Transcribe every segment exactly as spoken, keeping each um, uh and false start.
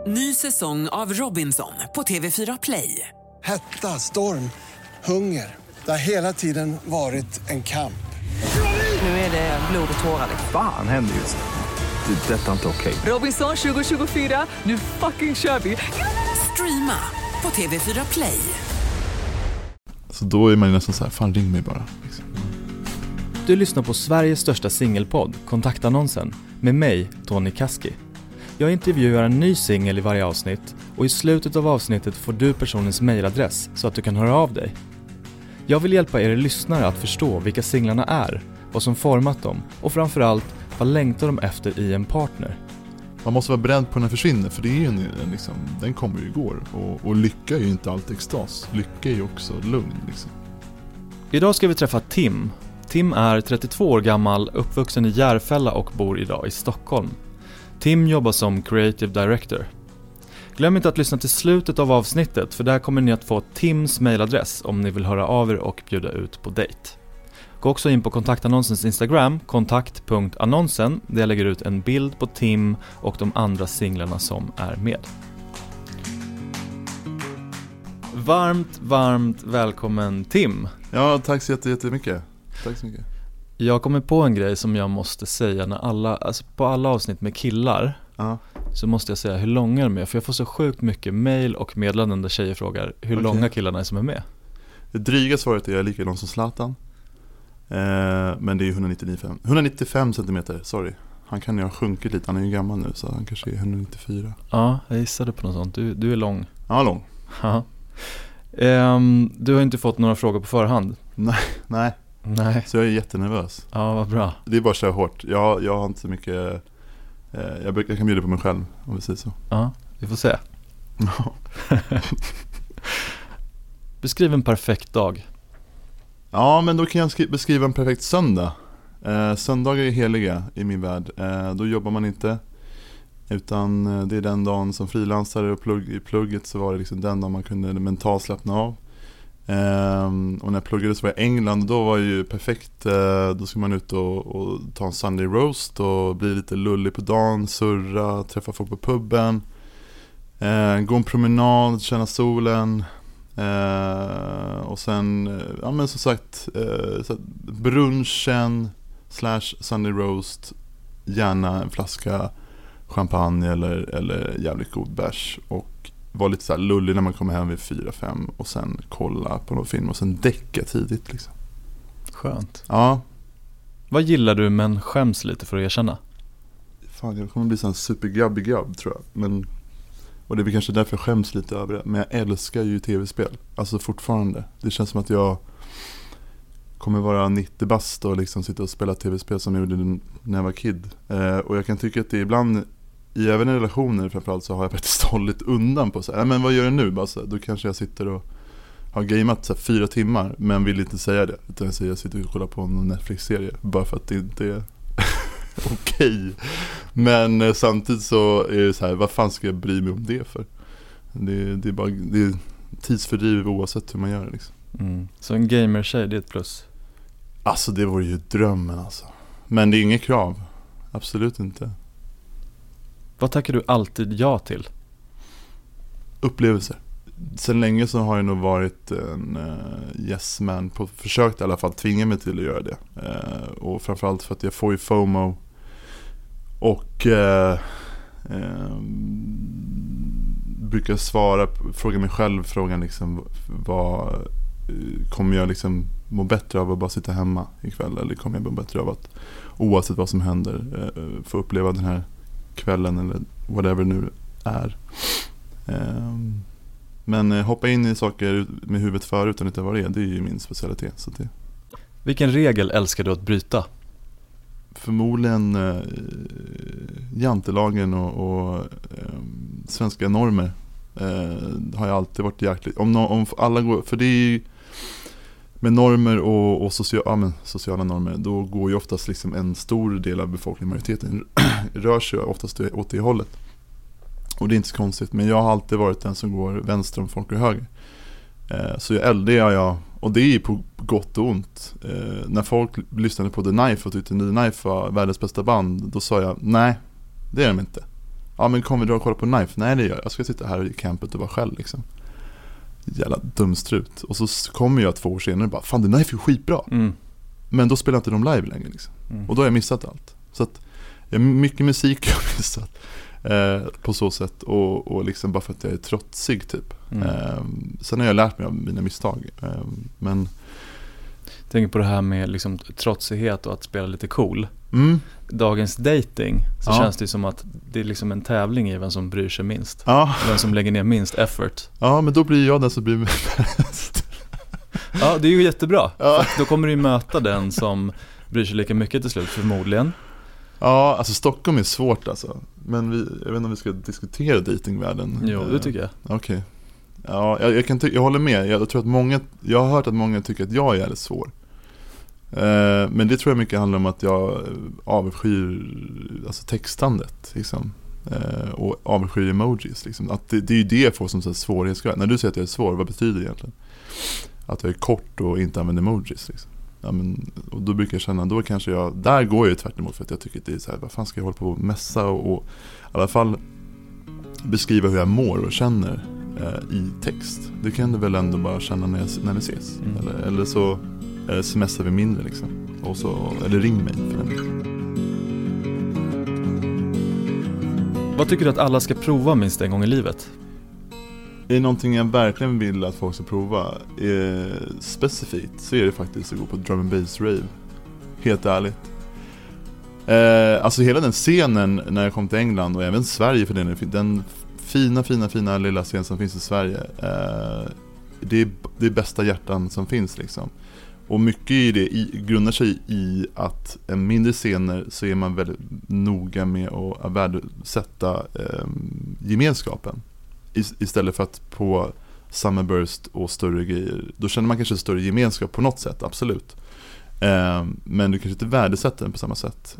Ny säsong av Robinson på T V fyra Play. Hetta, storm, hunger. Det har hela tiden varit en kamp. Nu är det blod och tårar. Fan händer just det. Det är detta inte okej. Robinson tjugo tjugofyra, nu fucking kör vi. Streama på T V fyra Play. Så då är man ju nästan så här, fan ring mig bara. Liksom. Du lyssnar på Sveriges största singelpodd, Kontaktannonsen, med mig, Tony Kaski. Jag intervjuar en ny singel i varje avsnitt och i slutet av avsnittet får du personens mejladress så att du kan höra av dig. Jag vill hjälpa er lyssnare att förstå vilka singlarna är, vad som format dem och framförallt vad längtar de efter i en partner. Man måste vara beredd på när den försvinner, för det är ju en, en, liksom, den kommer ju igår. Och, och lycka är ju inte alltid extas. Lycka är ju också lugn. Liksom. Idag ska vi träffa Tim. Tim är trettiotvå år gammal, uppvuxen i Järfälla och bor idag i Stockholm. Tim jobbar som creative director. Glöm inte att lyssna till slutet av avsnittet, för där kommer ni att få Tims mailadress om ni vill höra av er och bjuda ut på dejt. Gå också in på kontaktannonsens Instagram, kontakt punkt annonsen, där jag lägger ut en bild på Tim och de andra singlarna som är med. Varmt, varmt välkommen Tim. Ja, tack så jättemycket. Tack så mycket. Jag kommer på en grej som jag måste säga när alla, alltså på alla avsnitt med killar. Ja. Så måste jag säga hur långa de är. För jag får så sjukt mycket mejl och meddelanden där tjejer frågar hur okay. långa killarna är som är med. Det dryga svaret är jag lika lång som Zlatan. eh, Men det är etthundranittiofem etthundranittiofem centimeter, sorry. Han kan ju ha sjunkit lite, han är ju gammal nu. Så han kanske är etthundranittiofyra. Ja, jag gissade på något sånt. Du, du är lång. Ja, lång. Ja. um, Du har inte fått några frågor på förhand. Nej, nej. Nej. Så jag är jättenervös. Ja, vad bra. Det är bara att köra hårt. Jag, jag har inte så mycket eh, jag, brukar, jag kan bjuda på mig själv, om vi säger så. Ja, vi får se. Beskriv en perfekt dag. Ja, men då kan jag skri- beskriva en perfekt söndag. eh, Söndagar är heliga i min värld. eh, Då jobbar man inte, utan eh, det är den dagen som frilansare och plugg, i plugget så var det liksom den dagen man kunde mentalt slappna av. Um, och när jag pluggade så var jag i England, och då var det ju perfekt. uh, Då ska man ut och, och ta en Sunday roast och bli lite lullig på dagen, surra, träffa folk på puben, uh, gå en promenad, känna solen, uh, och sen uh, ja men som sagt uh, så brunchen slash Sunday roast, gärna en flaska champagne eller, eller jävligt god bärs, och var lite så här lullig när man kommer hem vid fyra fem och sen kolla på någon film och sen däcka tidigt liksom. Skönt. Ja. Vad gillar du men skäms lite för att erkänna? Fan, jag kommer bli sån supergrabbig grabb tror jag. Men, och det är väl kanske därför jag skäms lite över det. Men jag älskar ju tv-spel. Alltså fortfarande. Det känns som att jag kommer vara nittio bast och liksom sitta och spela tv-spel som jag gjorde när jag var kid. Eh, och jag kan tycka att det ibland, i även i relationer framförallt, så har jag faktiskt hållit undan på så här, men vad gör jag nu? Bara så här, då kanske jag sitter och har gameat så här, fyra timmar men vill inte säga det, utan jag säger jag sitter och kollar på en Netflix-serie bara för att det inte är okej. Men eh, samtidigt så är det så här, vad fan ska jag bry mig om det för? Det, det är bara det är tidsfördriv oavsett hur man gör det liksom. Mm. Så en gamer-tjej, det är ett plus? Alltså det vore ju drömmen alltså. Men det är inget krav. Absolut inte. Vad tackar du alltid ja till? Upplevelser. Sen länge så har jag nog varit en uh, yes man, på försökt i alla fall tvinga mig till att göra det. Uh, och framförallt för att jag får ju FOMO. Och uh, uh, brukar svara, fråga mig själv frågan liksom, vad uh, kommer jag liksom må bättre av att bara sitta hemma ikväll, eller kommer jag må bättre av att oavsett vad som händer uh, få uppleva den här kvällen eller whatever nu är. Um, men uh, hoppa in i saker med huvudet för utan att vad det är, det är ju min specialitet. Så det... Vilken regel älskar du att bryta? Förmodligen uh, jantelagen och, och um, svenska normer uh, har jag alltid varit jäkligt. Om, no- om alla går, för det är ju med normer och, och social, ja, men, sociala normer, då går ju oftast liksom en stor del av befolkningen, majoriteten rör sig oftast åt det hållet. Och det är inte så konstigt, men jag har alltid varit den som går vänster om folk går höger. Eh, så jag äldre är jag, och det är på gott och ont. Eh, när folk lyssnade på The Knife och tyckte The Knife var världens bästa band, då sa jag, nej, det är de inte. Ja men kom vi dra och kolla på Knife. Nej det gör jag, jag ska sitta här i campet och vara själv liksom. Jävla dumstrut. Och så kommer jag två år senare och bara, fan det Knife är skitbra. Mm. Men då spelar inte de live längre liksom. Mm. Och då har jag missat allt. Så att jag, mycket musik jag har missat eh, på så sätt. Och, och liksom bara för att jag är trotsig typ. Mm. Eh, sen har jag lärt mig av mina misstag. Eh, men jag tänker på det här med liksom trotsighet och att spela lite cool. Mm. Dagens dating så ja. känns det som att det är liksom en tävling i vem som bryr sig minst. Ja. Vem som lägger ner minst effort. Ja, men då blir jag den som bryr mig mest. Ja, det är ju jättebra. Ja. Då kommer du ju möta den som bryr sig lika mycket till slut, förmodligen. Ja, alltså Stockholm är svårt alltså. Men vi, jag vet inte om vi ska diskutera datingvärlden. Jo, det tycker jag. Okej. Okay. Ja, jag, jag, kan ty- jag håller med. Jag tror att många, jag har hört att många tycker att jag är jävligt svår. Eh, men det tror jag mycket handlar om att jag avskyr alltså textandet liksom. Eh, och avskyr emojis liksom. Att det, det är ju det jag får som så svårighetsgrad. När du säger att jag är svår, vad betyder det egentligen? Att jag är kort och inte använder emojis liksom. Ja, men, och då brukar jag känna, då kanske jag, där går jag ju tvärt emot för att jag tycker att det är så här, vad fan ska jag hålla på och mässa och, och i alla fall beskriva hur jag mår och känner eh, i text. Det kan du väl ändå bara känna när, jag, när vi ses. Mm. Eller, eller så eller smsar vi mindre liksom. Och så, eller ring mig för den. Vad tycker du att alla ska prova minst en gång i livet? Är någonting jag verkligen vill att folk ska prova eh, specifikt så är det faktiskt att gå på drum and bass rave. Helt ärligt. Eh, alltså hela den scenen när jag kom till England och även Sverige för den, den fina, fina, fina lilla scen som finns i Sverige. Eh, det är det bästa hjärtan som finns liksom. Och mycket i det i, grundar sig i att en mindre scener så är man väldigt noga med att värdesätta eh, gemenskapen. Istället för att på Summerburst och större grejer, då känner man kanske en större gemenskap på något sätt, absolut. Um, men du kanske inte värdesätter den på samma sätt.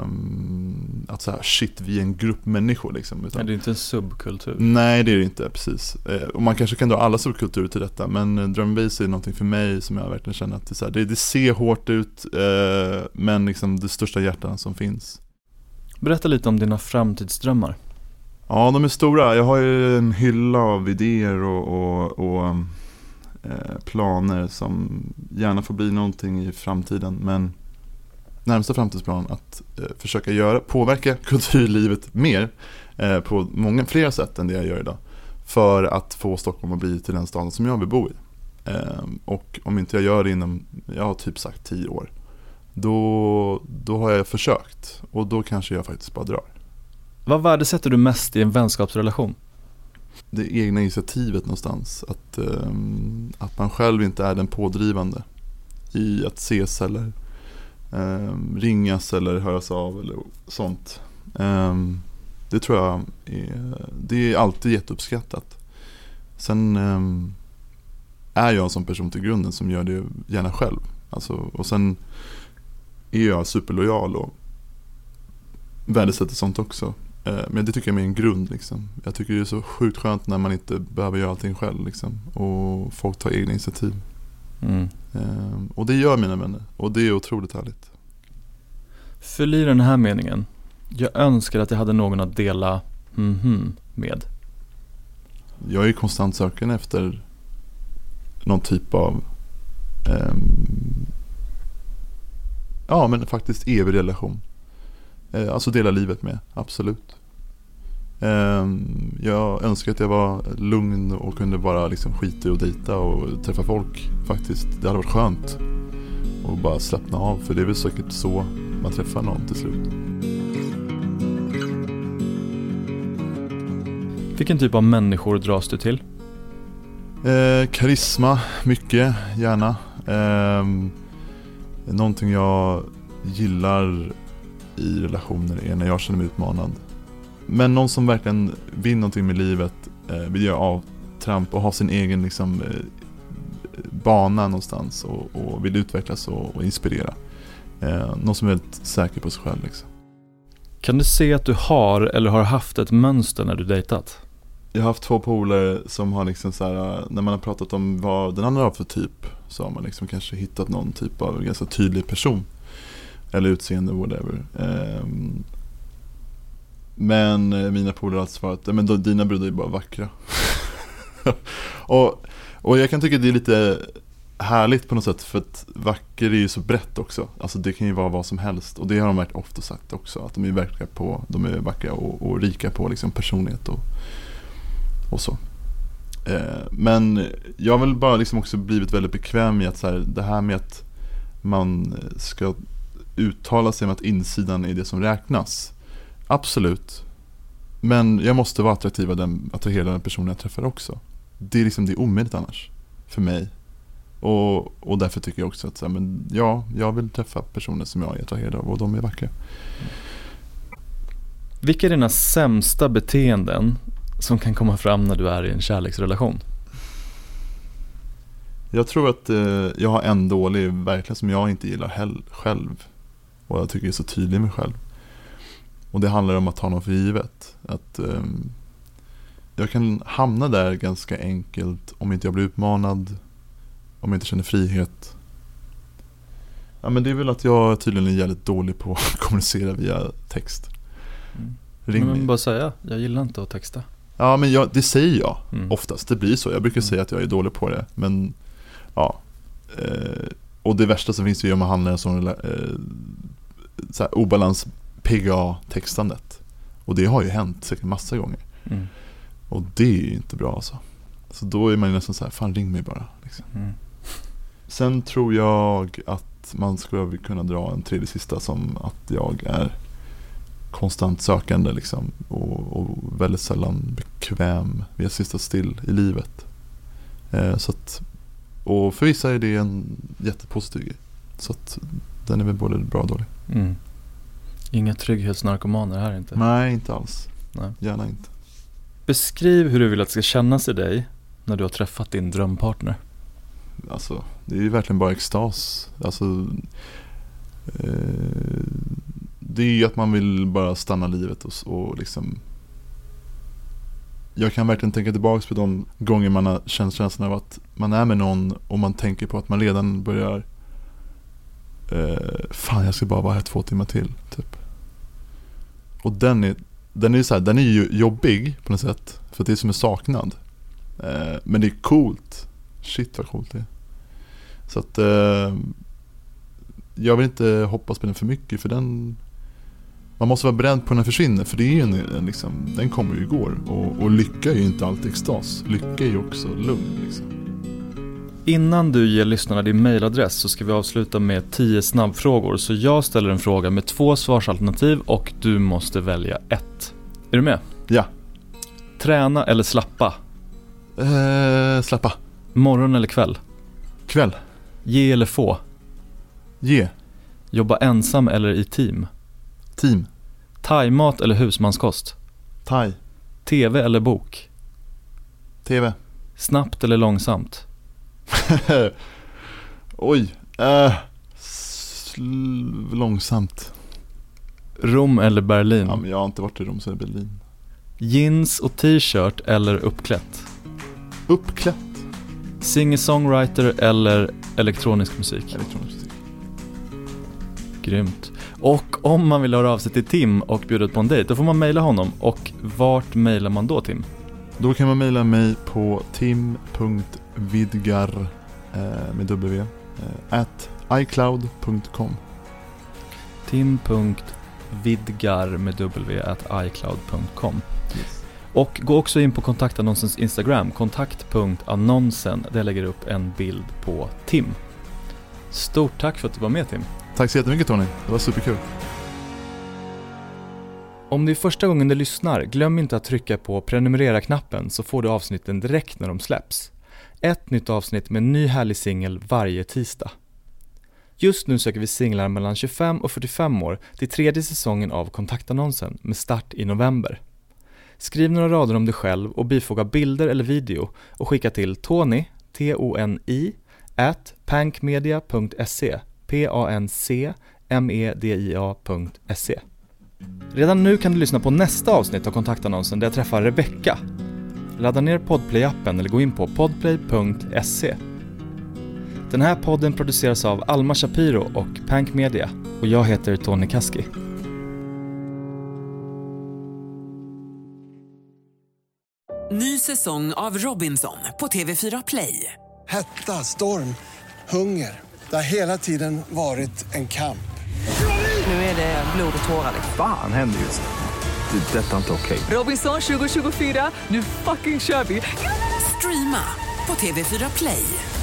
Um, att så här, shit, vi är en grupp människor liksom. Utan, men det är inte en subkultur. Nej, det är det inte, precis. Uh, och man kanske kan dra alla subkulturer till detta, men uh, drum and bass är någonting för mig som jag verkligen känner att det, så här, det, det ser hårt ut, uh, men liksom det största hjärtan som finns. Berätta lite om dina framtidsdrömmar. Ja, de är stora. Jag har ju en hylla av idéer och, och, och eh, planer som gärna får bli någonting i framtiden. Men närmsta framtidsplan att eh, försöka göra, påverka kulturlivet mer eh, på många fler sätt än det jag gör idag. För att få Stockholm att bli till den staden som jag vill bo i. Eh, och om inte jag gör det inom, jag har typ sagt tio år, då, då har jag försökt. Och då kanske jag faktiskt bara drar. Vad värdesätter du mest i en vänskapsrelation? Det egna initiativet någonstans. Att, um, att man själv inte är den pådrivande i att ses eller um, ringas eller höras av eller sånt. Um, det tror jag är, det är alltid jätteuppskattat. Sen um, är jag en sån person till grunden som gör det gärna själv. Alltså, och sen är jag superlojal och värdesätter sånt också. Men det tycker jag är en grund liksom. Jag tycker det är så sjukt skönt när man inte behöver göra allting själv liksom. Och folk tar egna initiativ. Mm. um, Och det gör mina vänner. Och det är otroligt härligt. Fyll i den här meningen. Jag önskar att jag hade någon att dela mm-hmm med. Jag är konstant sökande efter någon typ av um, ja men faktiskt evig relation. Alltså dela livet med, absolut. Jag önskar att jag var lugn och kunde bara liksom skita och dejta och träffa folk faktiskt. Det hade varit skönt och bara slappna av, för det är väl säkert så man träffar någon till slut. Vilken typ av människor dras du till? Eh, karisma, mycket, gärna. Eh, någonting jag gillar i relationer är när jag känner mig utmanad. Men någon som verkligen vill någonting med livet, eh, vill göra avtramp och ha sin egen liksom, eh, bana någonstans och, och vill utvecklas och, och inspirera. Eh, någon som är väldigt säker på sig själv. Liksom. Kan du se att du har eller har haft ett mönster när du dejtat? Jag har haft två polare som har liksom så här, när man har pratat om vad den andra har för typ, så har man liksom kanske hittat någon typ av ganska tydlig person. Eller utseende, whatever. Um, Men eh, mina polare har alltid svarat, men då, dina brudar är bara vackra. och, och jag kan tycka det är lite härligt på något sätt, för att vacker är ju så brett också. Alltså det kan ju vara vad som helst, och det har de varit ofta sagt också, att de är vackra på, de är vackra och, och rika på liksom personlighet och, och så. Eh, men jag har väl bara liksom också blivit väldigt bekväm i att så här, det här med att man ska uttala sig med att insidan är det som räknas. Absolut. Men jag måste vara attraktiv av den, attrahera den personen jag träffar också. Det är liksom det är omöjligt annars för mig. Och, och därför tycker jag också att så här, men ja, jag vill träffa personer som jag är attraherad av, och de är vackra. Vilka är dina sämsta beteenden som kan komma fram när du är i en kärleksrelation? Jag tror att eh, jag har en dålig verkligen som jag inte gillar hell- själv. Och jag tycker jag är så tydlig med mig själv. Och det handlar om att ta något för givet. Att eh, jag kan hamna där ganska enkelt om inte jag blir utmanad, om jag inte känner frihet. Ja, men det är väl att jag tydligen är jävligt dålig på att kommunicera via text. Mm. Ring men mig. bara säga, jag gillar inte att texta. Ja, men jag, det säger jag Mm. oftast. Det blir så. Jag brukar Mm. säga att jag är dålig på det. Men ja. Eh, och det värsta som finns ju om man handlar en sån eh, så här, obalans P G A-textandet. Och det har ju hänt säkert massa gånger. Mm. Och det är ju inte bra alltså. Så då är man ju nästan så här, fan ring mig bara. Liksom. Mm. Sen tror jag att man skulle kunna dra en tredje sista som att jag är konstant sökande liksom, och, och väldigt sällan bekväm vid att sitta still i livet. Eh, så att, och för vissa är det en jättepositiv grej. Så att den är väl både bra och dålig. Mm. Inga trygghetsnarkomaner här inte. Nej, inte alls. Nej. Gärna inte. Beskriv hur du vill att det ska kännas i dig när du har träffat din drömpartner. Alltså, det är ju verkligen bara extas. Alltså, eh, det är ju att man vill bara stanna livet och, och liksom. Jag kan verkligen tänka tillbaka på de gånger man har känt känslan av att man är med någon och man tänker på att man redan börjar eh, fan, jag ska bara vara här två timmar till typ. Och den är den är så här, den är ju jobbig på något sätt, för att det är som en saknad. Eh, men det är coolt. Shit vad coolt det är. Så att eh, jag vill inte hoppas på den för mycket, för den man måste vara beredd på när den försvinner, för det är ju en, en liksom, den kommer ju går, och, och lycka är ju inte alltid extas. Lycka är ju också lugn liksom. Innan du ger lyssnarna din mailadress så ska vi avsluta med tio snabbfrågor. Så jag ställer en fråga med två svarsalternativ och du måste välja ett. Är du med? Ja. Träna eller slappa? Eh, släppa. Morgon eller kväll? Kväll. Ge eller få? Ge. Jobba ensam eller i team? Team. Thaimat eller husmanskost? Thai. Tv eller bok? T V. Snabbt eller långsamt? Oj. Eh, sl- långsamt. Rom eller Berlin? Ja, men jag har inte varit i Rom, så är det Berlin. Jeans och t-shirt eller uppklätt? Uppklätt. Singer-songwriter eller elektronisk musik? Elektronisk musik. Grymt. Och om man vill höra av sig till Tim och bjuda ut på en dejt, då får man mejla honom. Och vart mejlar man då, Tim? Då kan man mejla mig på tim punkt vidgar eh, med w eh, at icloud punkt com. tim punkt vidgar med w at icloud punkt com. Yes. Och gå också in på kontaktannonsens Instagram, kontakt punkt annonsen, där jag lägger upp en bild på Tim. Stort tack för att du var med, Tim. Tack så jättemycket, Tony. Det var superkul. Om det är första gången du lyssnar, glöm inte att trycka på prenumerera-knappen så får du avsnitten direkt när de släpps. Ett nytt avsnitt med en ny härlig singel varje tisdag. Just nu söker vi singlar mellan tjugofem och fyrtiofem år till tredje säsongen av kontaktannonsen med start i november. Skriv några rader om dig själv och bifoga bilder eller video och skicka till Tony, T O N I, at pankmedia punkt se, P A N C M E D I A punkt se. Redan nu kan du lyssna på nästa avsnitt av kontaktannonsen där jag träffar Rebecca. Ladda ner Podplay-appen eller gå in på podplay punkt se. Den här podden produceras av Alma Shapiro och Pank Media och jag heter Tony Kaski. Ny säsong av Robinson på T V fyra Play. Hetta, storm, hunger. Det har hela tiden varit en kamp. Nu är det blod och tårar. Fan händer just det. Det är detta inte okej. Robinson tjugo tjugofyra, nu fucking kör vi. Streama på T V fyra Play.